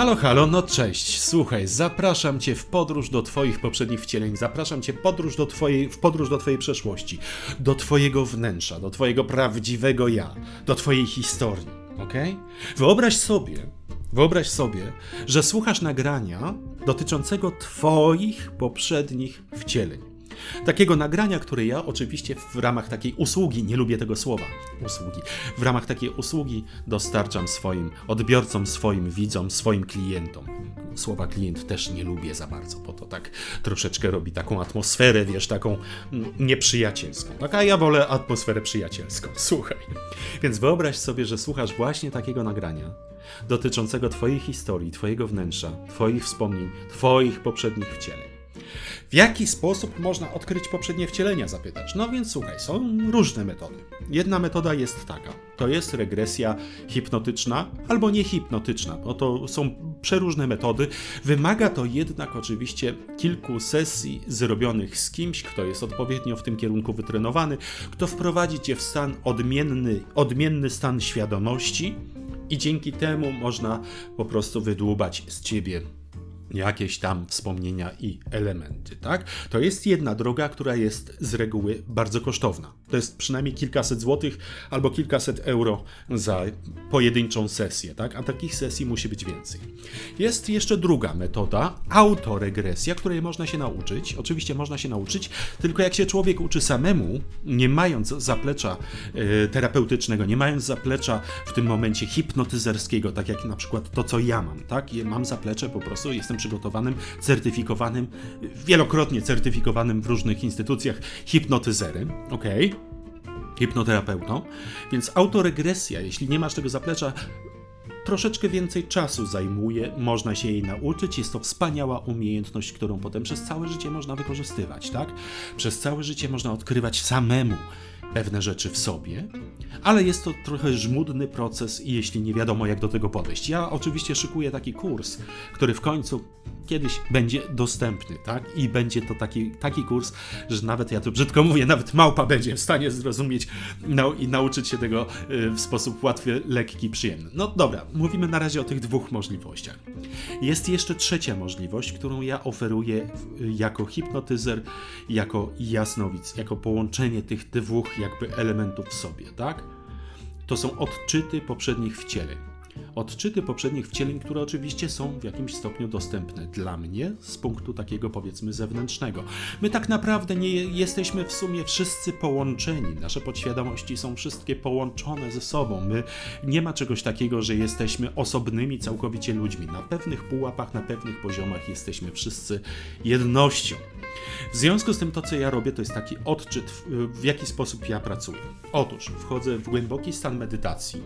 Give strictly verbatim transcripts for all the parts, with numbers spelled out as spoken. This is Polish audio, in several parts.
Halo, halo, no cześć, słuchaj, zapraszam cię w podróż do twoich poprzednich wcieleń, zapraszam cię podróż do twojej, w podróż do twojej przeszłości, do twojego wnętrza, do twojego prawdziwego ja, do twojej historii, okej? Okay? Wyobraź sobie, wyobraź sobie, że słuchasz nagrania dotyczącego twoich poprzednich wcieleń. Takiego nagrania, które ja oczywiście w ramach takiej usługi, nie lubię tego słowa, usługi, w ramach takiej usługi dostarczam swoim odbiorcom, swoim widzom, swoim klientom. Słowa klient też nie lubię za bardzo, bo to tak troszeczkę robi taką atmosferę, wiesz, taką nieprzyjacielską. Tak, a ja wolę atmosferę przyjacielską, słuchaj. Więc wyobraź sobie, że słuchasz właśnie takiego nagrania dotyczącego twojej historii, twojego wnętrza, twoich wspomnień, twoich poprzednich wcieleń. W jaki sposób można odkryć poprzednie wcielenia, zapytasz? No więc słuchaj, są różne metody. Jedna metoda jest taka, to jest regresja hipnotyczna albo niehipnotyczna, bo to są przeróżne metody. Wymaga to jednak oczywiście kilku sesji zrobionych z kimś, kto jest odpowiednio w tym kierunku wytrenowany, kto wprowadzi cię w stan odmienny, odmienny stan świadomości i dzięki temu można po prostu wydłubać z ciebie jakieś tam wspomnienia i elementy, tak? To jest jedna droga, która jest z reguły bardzo kosztowna. To jest przynajmniej kilkaset złotych albo kilkaset euro za pojedynczą sesję, tak? A takich sesji musi być więcej. Jest jeszcze druga metoda, autoregresja, której można się nauczyć. Oczywiście można się nauczyć, tylko jak się człowiek uczy samemu, nie mając zaplecza e, terapeutycznego, nie mając zaplecza w tym momencie hipnotyzerskiego, tak jak na przykład to, co ja mam, tak? Mam zaplecze, po prostu jestem przygotowanym, certyfikowanym, wielokrotnie certyfikowanym w różnych instytucjach hipnotyzerem, okej? Okay? Hipnoterapeutą, więc autoregresja, jeśli nie masz tego zaplecza, troszeczkę więcej czasu zajmuje, można się jej nauczyć, jest to wspaniała umiejętność, którą potem przez całe życie można wykorzystywać, tak? Przez całe życie można odkrywać samemu pewne rzeczy w sobie, ale jest to trochę żmudny proces i jeśli nie wiadomo, jak do tego podejść. Ja oczywiście szykuję taki kurs, który w końcu kiedyś będzie dostępny, tak? I będzie to taki, taki kurs, że nawet, ja tu brzydko mówię, nawet małpa będzie w stanie zrozumieć no, i nauczyć się tego w sposób łatwy, lekki, przyjemny. No dobra, mówimy na razie o tych dwóch możliwościach. Jest jeszcze trzecia możliwość, którą ja oferuję jako hipnotyzer, jako jasnowic, jako połączenie tych dwóch jakby elementów w sobie, tak? To są odczyty poprzednich wcieleń. Odczyty poprzednich wcieleń, które oczywiście są w jakimś stopniu dostępne dla mnie z punktu takiego, powiedzmy, zewnętrznego. My tak naprawdę nie jesteśmy w sumie wszyscy połączeni. Nasze podświadomości są wszystkie połączone ze sobą. My nie ma czegoś takiego, że jesteśmy osobnymi całkowicie ludźmi. Na pewnych pułapach, na pewnych poziomach jesteśmy wszyscy jednością. W związku z tym to, co ja robię, to jest taki odczyt, w, w jaki sposób ja pracuję. Otóż wchodzę w głęboki stan medytacji.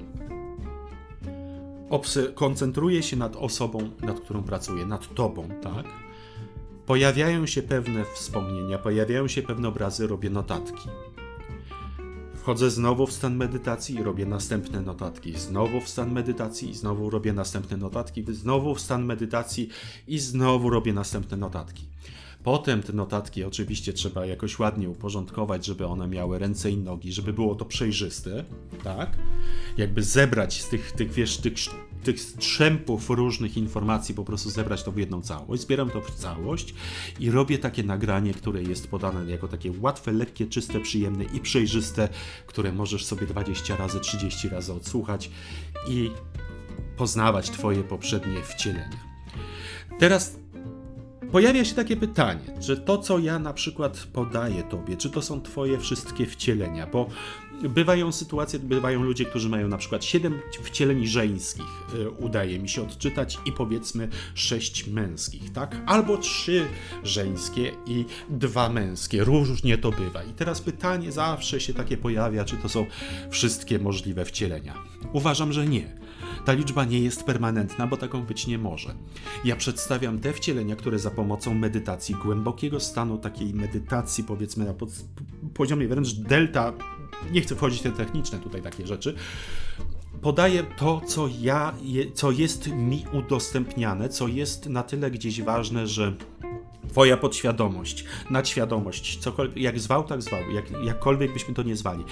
Obse- koncentruję się nad osobą, nad którą pracuję, nad tobą, tak? Pojawiają się pewne wspomnienia, pojawiają się pewne obrazy, robię notatki. Wchodzę znowu w stan medytacji i robię następne notatki. Znowu w stan medytacji i znowu robię następne notatki. Znowu w stan medytacji i znowu robię następne notatki. Potem te notatki oczywiście trzeba jakoś ładnie uporządkować, żeby one miały ręce i nogi, żeby było to przejrzyste, tak? Jakby zebrać z tych, tych wiesz, tych, tych strzępów różnych informacji, po prostu zebrać to w jedną całość. Zbieram to w całość i robię takie nagranie, które jest podane jako takie łatwe, lekkie, czyste, przyjemne i przejrzyste, które możesz sobie dwadzieścia razy, trzydzieści razy odsłuchać i poznawać twoje poprzednie wcielenia. Teraz pojawia się takie pytanie, czy to, co ja na przykład podaję tobie, czy to są twoje wszystkie wcielenia, bo bywają sytuacje, bywają ludzie, którzy mają na przykład siedem wcieleń żeńskich, yy, udaje mi się odczytać i powiedzmy sześć męskich, tak? Albo trzy żeńskie i dwa męskie, różnie to bywa. I teraz pytanie zawsze się takie pojawia, czy to są wszystkie możliwe wcielenia. Uważam, że nie. Ta liczba nie jest permanentna, bo taką być nie może. Ja przedstawiam te wcielenia, które za pomocą medytacji, głębokiego stanu takiej medytacji, powiedzmy na pod, poziomie wręcz delta, nie chcę wchodzić w te techniczne tutaj takie rzeczy, podaję to, co ja, co jest mi udostępniane, co jest na tyle gdzieś ważne, że twoja podświadomość, nadświadomość, cokolwiek, jak zwał, tak zwał, jak, jakkolwiek byśmy to nie zwali,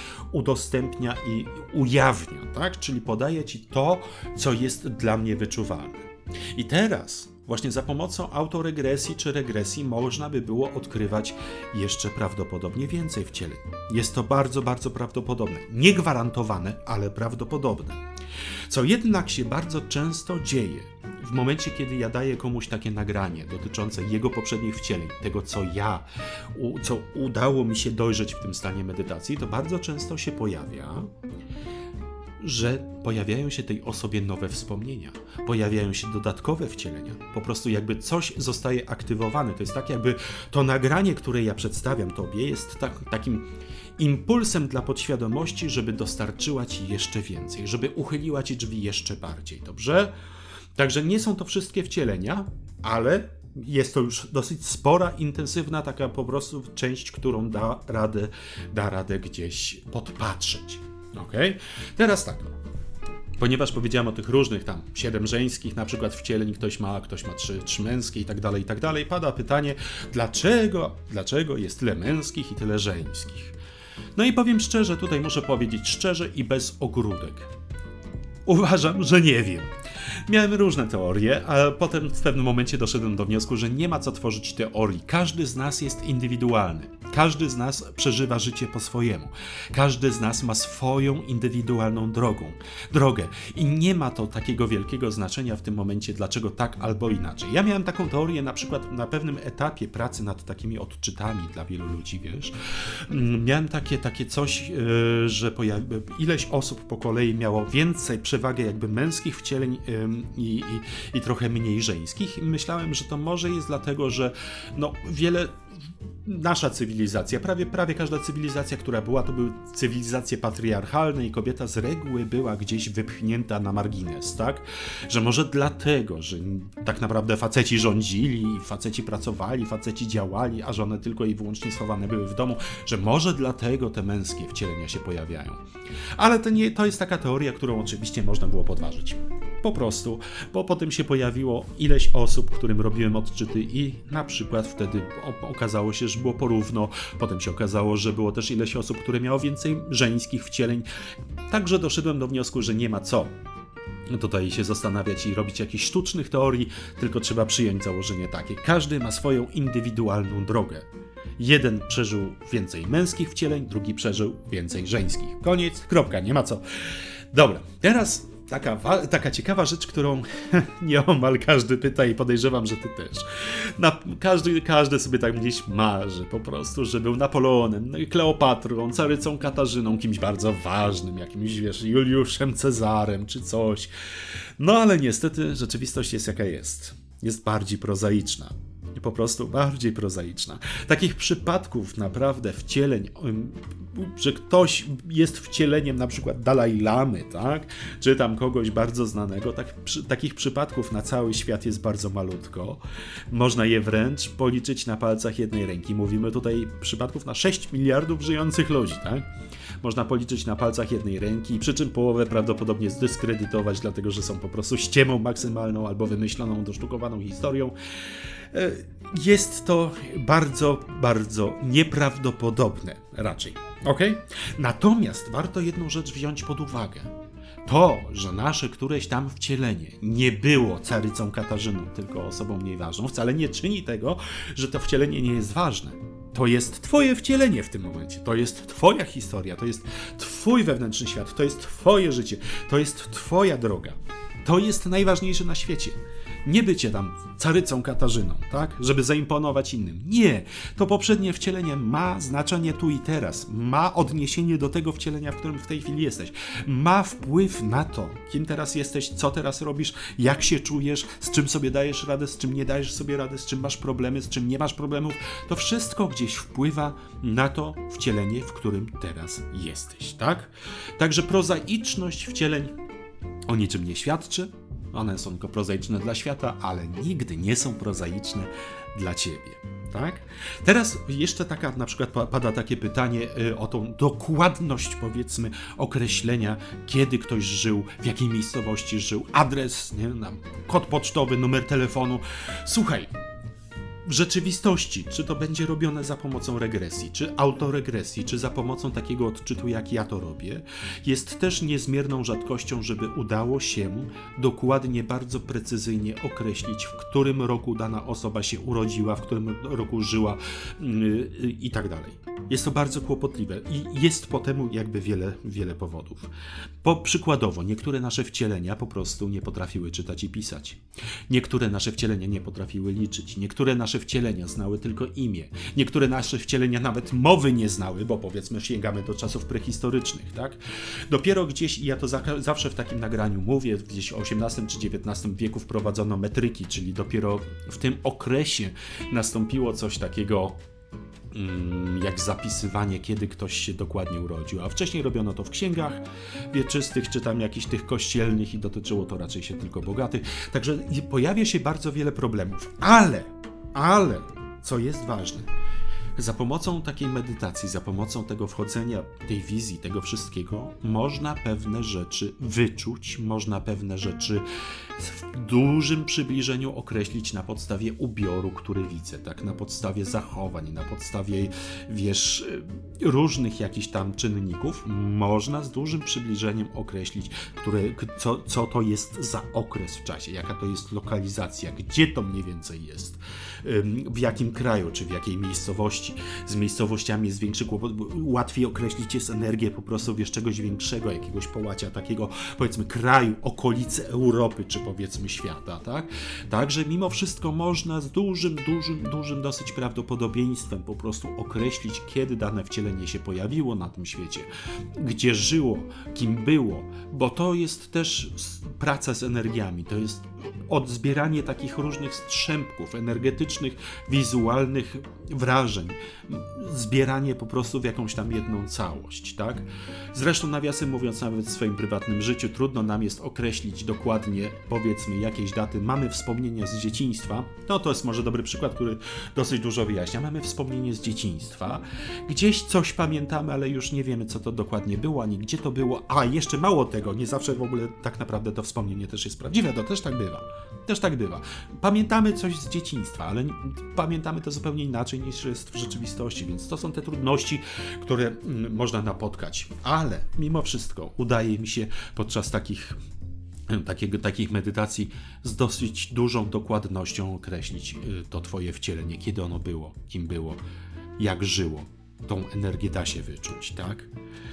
udostępnia i ujawnia, tak? Czyli podaje ci to, co jest dla mnie wyczuwalne. I teraz właśnie za pomocą autoregresji czy regresji można by było odkrywać jeszcze prawdopodobnie więcej wcieleń. Jest to bardzo, bardzo prawdopodobne. Niegwarantowane, ale prawdopodobne. Co jednak się bardzo często dzieje w momencie, kiedy ja daję komuś takie nagranie dotyczące jego poprzednich wcieleń, tego co ja, u, co udało mi się dojrzeć w tym stanie medytacji, to bardzo często się pojawia, że pojawiają się tej osobie nowe wspomnienia, pojawiają się dodatkowe wcielenia, po prostu jakby coś zostaje aktywowane. To jest tak, jakby to nagranie, które ja przedstawiam tobie, jest tak, takim impulsem dla podświadomości, żeby dostarczyła ci jeszcze więcej, żeby uchyliła ci drzwi jeszcze bardziej, dobrze? Także nie są to wszystkie wcielenia, ale jest to już dosyć spora, intensywna taka po prostu część, którą da radę, da radę gdzieś podpatrzeć. Okay? Teraz tak, ponieważ powiedziałem o tych różnych tam siedem żeńskich na przykład wcieleń, ktoś ma, ktoś ma trzy, trzy męskie i tak dalej, i tak dalej, pada pytanie, dlaczego, dlaczego jest tyle męskich i tyle żeńskich? No i powiem szczerze, tutaj muszę powiedzieć szczerze i bez ogródek. Uważam, że nie wiem. Miałem różne teorie, a potem w pewnym momencie doszedłem do wniosku, że nie ma co tworzyć teorii. Każdy z nas jest indywidualny. Każdy z nas przeżywa życie po swojemu. Każdy z nas ma swoją indywidualną drogą, drogę. I nie ma to takiego wielkiego znaczenia w tym momencie, dlaczego tak albo inaczej. Ja miałem taką teorię na przykład na pewnym etapie pracy nad takimi odczytami dla wielu ludzi, wiesz. Miałem takie, takie coś, że pojawi- ileś osób po kolei miało więcej przewagę jakby męskich wcieleń i, i, i trochę mniej żeńskich. I myślałem, że to może jest dlatego, że no wiele... Nasza cywilizacja, prawie, prawie każda cywilizacja, która była, to były cywilizacje patriarchalne i kobieta z reguły była gdzieś wypchnięta na margines, tak? Że może dlatego, że tak naprawdę faceci rządzili, faceci pracowali, faceci działali, a żony tylko i wyłącznie schowane były w domu, że może dlatego te męskie wcielenia się pojawiają. Ale to, nie, to jest taka teoria, którą oczywiście można było podważyć. Po prostu, bo potem się pojawiło ileś osób, którym robiłem odczyty i na przykład wtedy okazało się, że było porówno. Potem się okazało, że było też ileś osób, które miało więcej żeńskich wcieleń. Także doszedłem do wniosku, że nie ma co tutaj się zastanawiać i robić jakichś sztucznych teorii, tylko trzeba przyjąć założenie takie. Każdy ma swoją indywidualną drogę. Jeden przeżył więcej męskich wcieleń, drugi przeżył więcej żeńskich. Koniec, kropka, nie ma co. Dobra, teraz Taka, taka ciekawa rzecz, którą nieomal każdy pyta i podejrzewam, że ty też. Na, każdy, każdy sobie tak gdzieś marzy po prostu, że był Napoleonem, Kleopatrą, carycą Katarzyną, kimś bardzo ważnym, jakimś, wiesz, Juliuszem Cezarem czy coś. No ale niestety rzeczywistość jest jaka jest. Jest bardziej prozaiczna. Po prostu bardziej prozaiczna. Takich przypadków naprawdę wcieleń, że ktoś jest wcieleniem na przykład Dalaj Lamy, tak? Czy tam kogoś bardzo znanego, tak, przy, takich przypadków na cały świat jest bardzo malutko. Można je wręcz policzyć na palcach jednej ręki. Mówimy tutaj przypadków na sześć miliardów żyjących ludzi, tak? Można policzyć na palcach jednej ręki, przy czym połowę prawdopodobnie zdyskredytować, dlatego że są po prostu ściemą maksymalną albo wymyśloną, dosztukowaną historią. Jest to bardzo, bardzo nieprawdopodobne raczej. Okay? Natomiast warto jedną rzecz wziąć pod uwagę. To, że nasze któreś tam wcielenie nie było carycą Katarzyną, tylko osobą mniej ważną, wcale nie czyni tego, że to wcielenie nie jest ważne. To jest twoje wcielenie w tym momencie, to jest twoja historia, to jest twój wewnętrzny świat, to jest twoje życie, to jest twoja droga. To jest najważniejsze na świecie. Nie bycie tam carycą Katarzyną, tak? Żeby zaimponować innym. Nie. To poprzednie wcielenie ma znaczenie tu i teraz. Ma odniesienie do tego wcielenia, w którym w tej chwili jesteś. Ma wpływ na to, kim teraz jesteś, co teraz robisz, jak się czujesz, z czym sobie dajesz radę, z czym nie dajesz sobie rady, z czym masz problemy, z czym nie masz problemów. To wszystko gdzieś wpływa na to wcielenie, w którym teraz jesteś, tak? Także prozaiczność wcieleń o niczym nie świadczy. One są tylko prozaiczne dla świata, ale nigdy nie są prozaiczne dla ciebie, tak? Teraz jeszcze taka, na przykład pada takie pytanie o tą dokładność, powiedzmy, określenia, kiedy ktoś żył, w jakiej miejscowości żył, adres, nie, kod pocztowy, numer telefonu. Słuchaj, w rzeczywistości, czy to będzie robione za pomocą regresji, czy autoregresji, czy za pomocą takiego odczytu, jak ja to robię, jest też niezmierną rzadkością, żeby udało się dokładnie, bardzo precyzyjnie określić, w którym roku dana osoba się urodziła, w którym roku żyła yy, i tak dalej. Jest to bardzo kłopotliwe i jest po temu jakby wiele, wiele powodów. Po przykładowo, niektóre nasze wcielenia po prostu nie potrafiły czytać i pisać. Niektóre nasze wcielenia nie potrafiły liczyć. Niektóre nasze wcielenia znały tylko imię. Niektóre nasze wcielenia nawet mowy nie znały, bo powiedzmy sięgamy do czasów prehistorycznych, tak? Dopiero gdzieś, i ja to za, zawsze w takim nagraniu mówię, gdzieś w osiemnastym czy dziewiętnastym wieku wprowadzono metryki, czyli dopiero w tym okresie nastąpiło coś takiego jak zapisywanie, kiedy ktoś się dokładnie urodził, a wcześniej robiono to w księgach wieczystych, czy tam jakichś tych kościelnych i dotyczyło to raczej się tylko bogatych, także pojawia się bardzo wiele problemów, ale, ale, co jest ważne, za pomocą takiej medytacji, za pomocą tego wchodzenia, tej wizji, tego wszystkiego, można pewne rzeczy wyczuć, można pewne rzeczy w dużym przybliżeniu określić na podstawie ubioru, który widzę, tak, na podstawie zachowań, na podstawie, wiesz, różnych jakichś tam czynników, można z dużym przybliżeniem określić, które, co, co to jest za okres w czasie, jaka to jest lokalizacja, gdzie to mniej więcej jest, w jakim kraju, czy w jakiej miejscowości. Z miejscowościami jest większy kłopot, łatwiej określić jest energię po prostu, wiesz, czegoś większego, jakiegoś połacia, takiego, powiedzmy, kraju, okolicy Europy, czy powiedzmy świata, tak? Także mimo wszystko można z dużym, dużym, dużym dosyć prawdopodobieństwem po prostu określić, kiedy dane wcielenie się pojawiło na tym świecie, gdzie żyło, kim było, bo to jest też praca z energiami, to jest odzbieranie takich różnych strzępków energetycznych, wizualnych wrażeń, zbieranie po prostu w jakąś tam jedną całość, tak? Zresztą, nawiasem mówiąc, nawet w swoim prywatnym życiu trudno nam jest określić dokładnie, powiedzmy, jakieś daty. Mamy wspomnienia z dzieciństwa, no to jest może dobry przykład, który dosyć dużo wyjaśnia. Mamy wspomnienie z dzieciństwa, gdzieś coś pamiętamy, ale już nie wiemy, co to dokładnie było, ani gdzie to było, a jeszcze mało tego, nie zawsze w ogóle tak naprawdę to wspomnienie też jest prawdziwe, to też tak bywa. Też tak bywa. Pamiętamy coś z dzieciństwa, ale pamiętamy to zupełnie inaczej niż jest w rzeczywistości, więc to są te trudności, które mm, można napotkać. Ale mimo wszystko udaje mi się podczas takich, takiego, takich medytacji z dosyć dużą dokładnością określić y, to twoje wcielenie, kiedy ono było, kim było, jak żyło. Tą energię da się wyczuć, tak?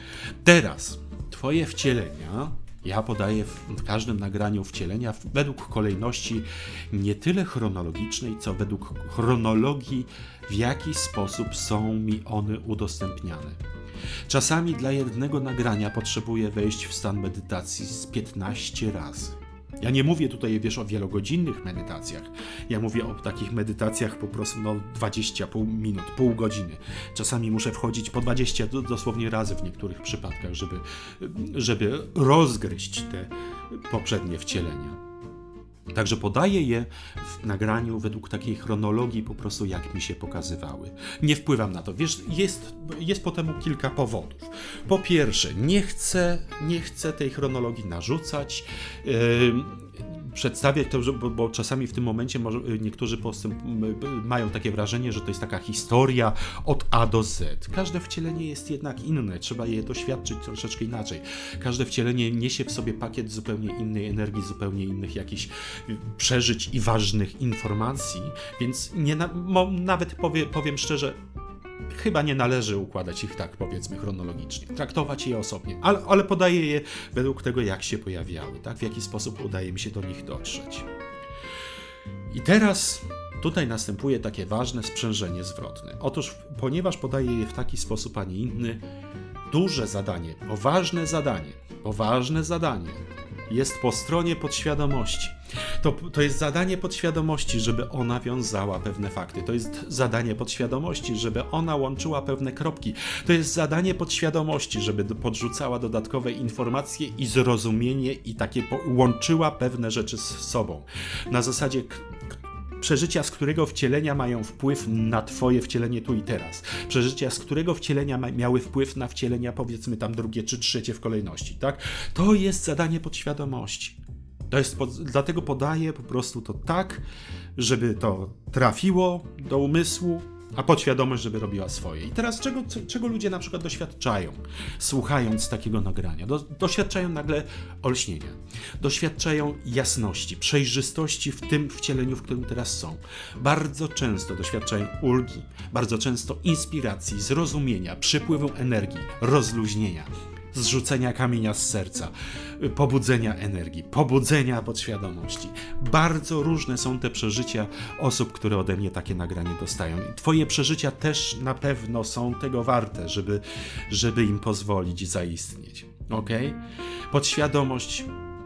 Teraz twoje wcielenia ja podaję w każdym nagraniu wcielenia według kolejności nie tyle chronologicznej, co według chronologii, w jaki sposób są mi one udostępniane. Czasami dla jednego nagrania potrzebuję wejść w stan medytacji z piętnaście razy. Ja nie mówię tutaj, wiesz, o wielogodzinnych medytacjach. Ja mówię o takich medytacjach po prostu no dwadzieścia pół minut, pół godziny. Czasami muszę wchodzić po dwadzieścia dosłownie razy w niektórych przypadkach, żeby, żeby rozgryźć te poprzednie wcielenia. Także podaję je w nagraniu według takiej chronologii po prostu, jak mi się pokazywały. Nie wpływam na to. Wiesz, jest, jest po temu kilka powodów. Po pierwsze, nie chcę, nie chcę tej chronologii narzucać, yy, przedstawiać to, bo, bo czasami w tym momencie może, niektórzy postęp, mają takie wrażenie, że to jest taka historia od A do Z. Każde wcielenie jest jednak inne, trzeba je doświadczyć troszeczkę inaczej. Każde wcielenie niesie w sobie pakiet zupełnie innej energii, zupełnie innych jakichś przeżyć i ważnych informacji, więc nie na, mo, nawet powie, powiem szczerze, chyba nie należy układać ich tak, powiedzmy, chronologicznie. Traktować je osobnie, ale, ale podaję je według tego, jak się pojawiały, tak? W jaki sposób udaje mi się do nich dotrzeć. I teraz tutaj następuje takie ważne sprzężenie zwrotne. Otóż, ponieważ podaję je w taki sposób, a nie inny, duże zadanie, poważne zadanie, poważne zadanie jest po stronie podświadomości. To, to jest zadanie podświadomości, żeby ona wiązała pewne fakty. To jest zadanie podświadomości, żeby ona łączyła pewne kropki. To jest zadanie podświadomości, żeby podrzucała dodatkowe informacje i zrozumienie i takie po, łączyła pewne rzeczy z sobą. Na zasadzie przeżycia, z którego wcielenia mają wpływ na twoje wcielenie tu i teraz. Przeżycia, z którego wcielenia ma, miały wpływ na wcielenia, powiedzmy tam drugie czy trzecie w kolejności, tak? To jest zadanie podświadomości. To jest, dlatego podaję po prostu to tak, żeby to trafiło do umysłu, a podświadomość, żeby robiła swoje. I teraz czego, czego ludzie na przykład doświadczają, słuchając takiego nagrania? Do, doświadczają nagle olśnienia, doświadczają jasności, przejrzystości w tym wcieleniu, w którym teraz są. Bardzo często doświadczają ulgi, bardzo często inspiracji, zrozumienia, przypływu energii, rozluźnienia, zrzucenia kamienia z serca, pobudzenia energii, pobudzenia podświadomości. Bardzo różne są te przeżycia osób, które ode mnie takie nagranie dostają. I twoje przeżycia też na pewno są tego warte, żeby, żeby im pozwolić zaistnieć. Ok? Podświadomość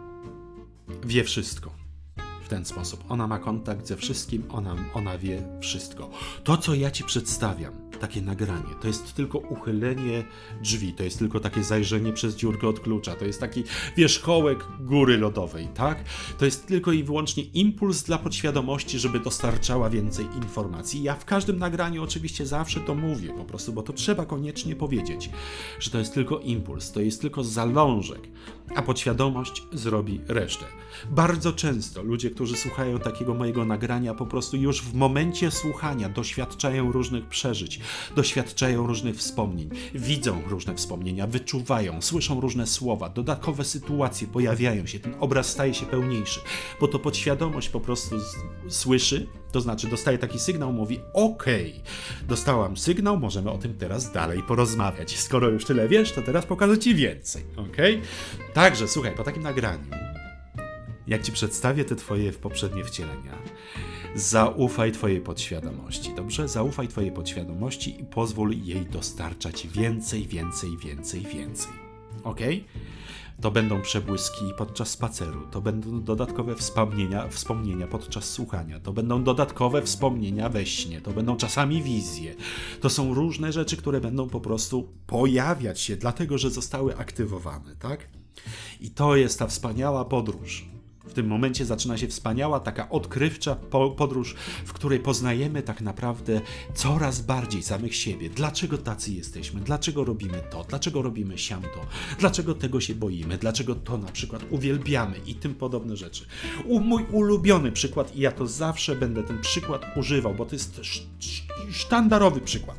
wie wszystko. W ten sposób. Ona ma kontakt ze wszystkim, ona, ona wie wszystko. To, co ja ci przedstawiam, takie nagranie, to jest tylko uchylenie drzwi, to jest tylko takie zajrzenie przez dziurkę od klucza, to jest taki wierzchołek góry lodowej, tak? To jest tylko i wyłącznie impuls dla podświadomości, żeby dostarczała więcej informacji. Ja w każdym nagraniu oczywiście zawsze to mówię, po prostu, bo to trzeba koniecznie powiedzieć, że to jest tylko impuls, to jest tylko zalążek, a podświadomość zrobi resztę. Bardzo często ludzie, którzy słuchają takiego mojego nagrania, po prostu już w momencie słuchania doświadczają różnych przeżyć, doświadczają różnych wspomnień, widzą różne wspomnienia, wyczuwają, słyszą różne słowa, dodatkowe sytuacje pojawiają się, ten obraz staje się pełniejszy, bo to podświadomość po prostu z- słyszy, to znaczy dostaje taki sygnał, mówi okej, dostałam sygnał, możemy o tym teraz dalej porozmawiać. Skoro już tyle wiesz, to teraz pokażę ci więcej, okej? Także słuchaj, po takim nagraniu, jak ci przedstawię te twoje poprzednie wcielenia, zaufaj twojej podświadomości, dobrze? Zaufaj twojej podświadomości i pozwól jej dostarczać więcej, więcej, więcej, więcej. Okej? To będą przebłyski podczas spaceru, to będą dodatkowe wspomnienia, wspomnienia podczas słuchania, to będą dodatkowe wspomnienia we śnie, to będą czasami wizje. To są różne rzeczy, które będą po prostu pojawiać się, dlatego że zostały aktywowane, tak? I to jest ta wspaniała podróż. W tym momencie zaczyna się wspaniała, taka odkrywcza podróż, w której poznajemy tak naprawdę coraz bardziej samych siebie. Dlaczego tacy jesteśmy? Dlaczego robimy to? Dlaczego robimy siamto? Dlaczego tego się boimy? Dlaczego to na przykład uwielbiamy? I tym podobne rzeczy. U, mój ulubiony przykład, i ja to zawsze będę ten przykład używał, bo to jest sz, sz, sztandarowy przykład.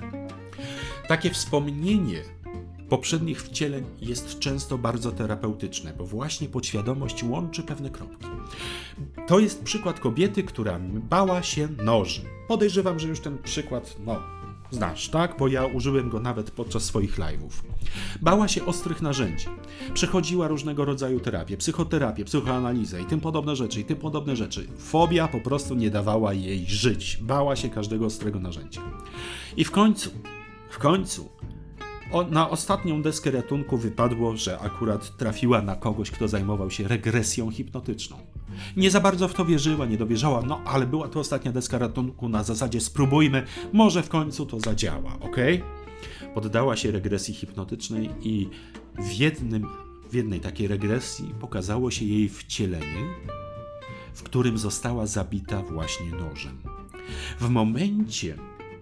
Takie wspomnienie poprzednich wcieleń jest często bardzo terapeutyczne, bo właśnie podświadomość łączy pewne kropki. To jest przykład kobiety, która bała się noży. Podejrzewam, że już ten przykład, no, znasz, tak? Bo ja użyłem go nawet podczas swoich live'ów. Bała się ostrych narzędzi. Przechodziła różnego rodzaju terapię, psychoterapię, psychoanalizę i tym podobne rzeczy, i tym podobne rzeczy. Fobia po prostu nie dawała jej żyć. Bała się każdego ostrego narzędzia. I w końcu, w końcu, O, na ostatnią deskę ratunku wypadło, że akurat trafiła na kogoś, kto zajmował się regresją hipnotyczną. Nie za bardzo w to wierzyła, nie dowierzała, no ale była to ostatnia deska ratunku na zasadzie spróbujmy, może w końcu to zadziała, ok? Poddała się regresji hipnotycznej i w, jednym, w jednej takiej regresji pokazało się jej wcielenie, w którym została zabita właśnie nożem. W momencie,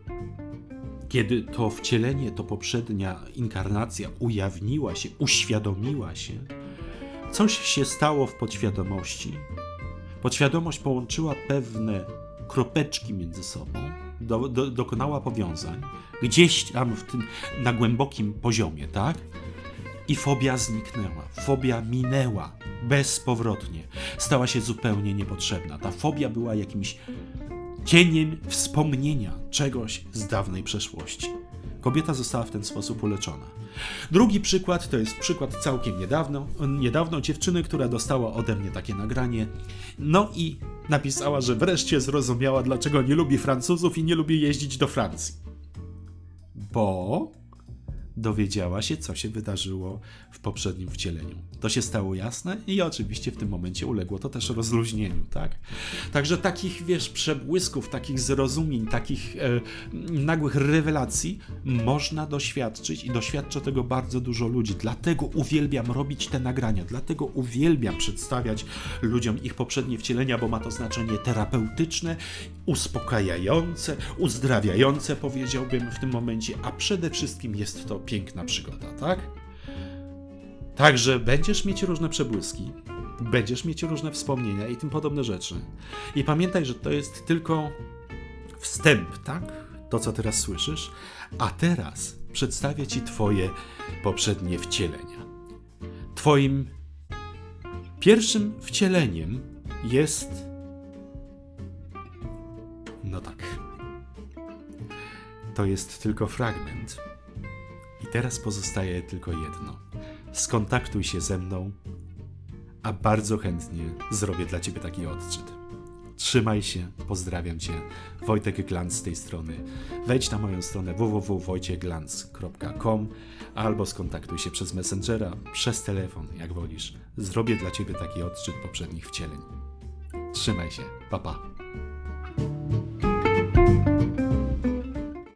kiedy to wcielenie, to poprzednia inkarnacja ujawniła się, uświadomiła się, coś się stało w podświadomości. Podświadomość połączyła pewne kropeczki między sobą, do, do, dokonała powiązań, gdzieś tam w tym, na głębokim poziomie, tak? I fobia zniknęła, fobia minęła bezpowrotnie, stała się zupełnie niepotrzebna. Ta fobia była jakimś cieniem wspomnienia czegoś z dawnej przeszłości. Kobieta została w ten sposób uleczona. Drugi przykład to jest przykład całkiem niedawno, niedawno dziewczyny, która dostała ode mnie takie nagranie, no i napisała, że wreszcie zrozumiała, dlaczego nie lubi Francuzów i nie lubi jeździć do Francji. Bo dowiedziała się, co się wydarzyło w poprzednim wcieleniu. To się stało jasne i oczywiście w tym momencie uległo to też rozluźnieniu, tak? Także takich, wiesz, przebłysków, takich zrozumień, takich e, nagłych rewelacji można doświadczyć i doświadcza tego bardzo dużo ludzi. Dlatego uwielbiam robić te nagrania, dlatego uwielbiam przedstawiać ludziom ich poprzednie wcielenia, bo ma to znaczenie terapeutyczne, uspokajające, uzdrawiające, powiedziałbym w tym momencie, a przede wszystkim jest to piękna przygoda, tak? Także będziesz mieć różne przebłyski, Będziesz mieć różne wspomnienia i tym podobne rzeczy. I pamiętaj, że to jest tylko wstęp, tak? To, co teraz słyszysz. A teraz przedstawię ci twoje poprzednie wcielenia. Twoim pierwszym wcieleniem jest... No tak. To jest tylko fragment. I teraz pozostaje tylko jedno. Skontaktuj się ze mną, a bardzo chętnie zrobię dla ciebie taki odczyt. Trzymaj się, pozdrawiam cię. Wojtek Glantz z tej strony. Wejdź na moją stronę w w w kropka wojciech glantz kropka com albo skontaktuj się przez Messengera, przez telefon, jak wolisz. Zrobię dla ciebie taki odczyt poprzednich wcieleń. Trzymaj się, pa pa.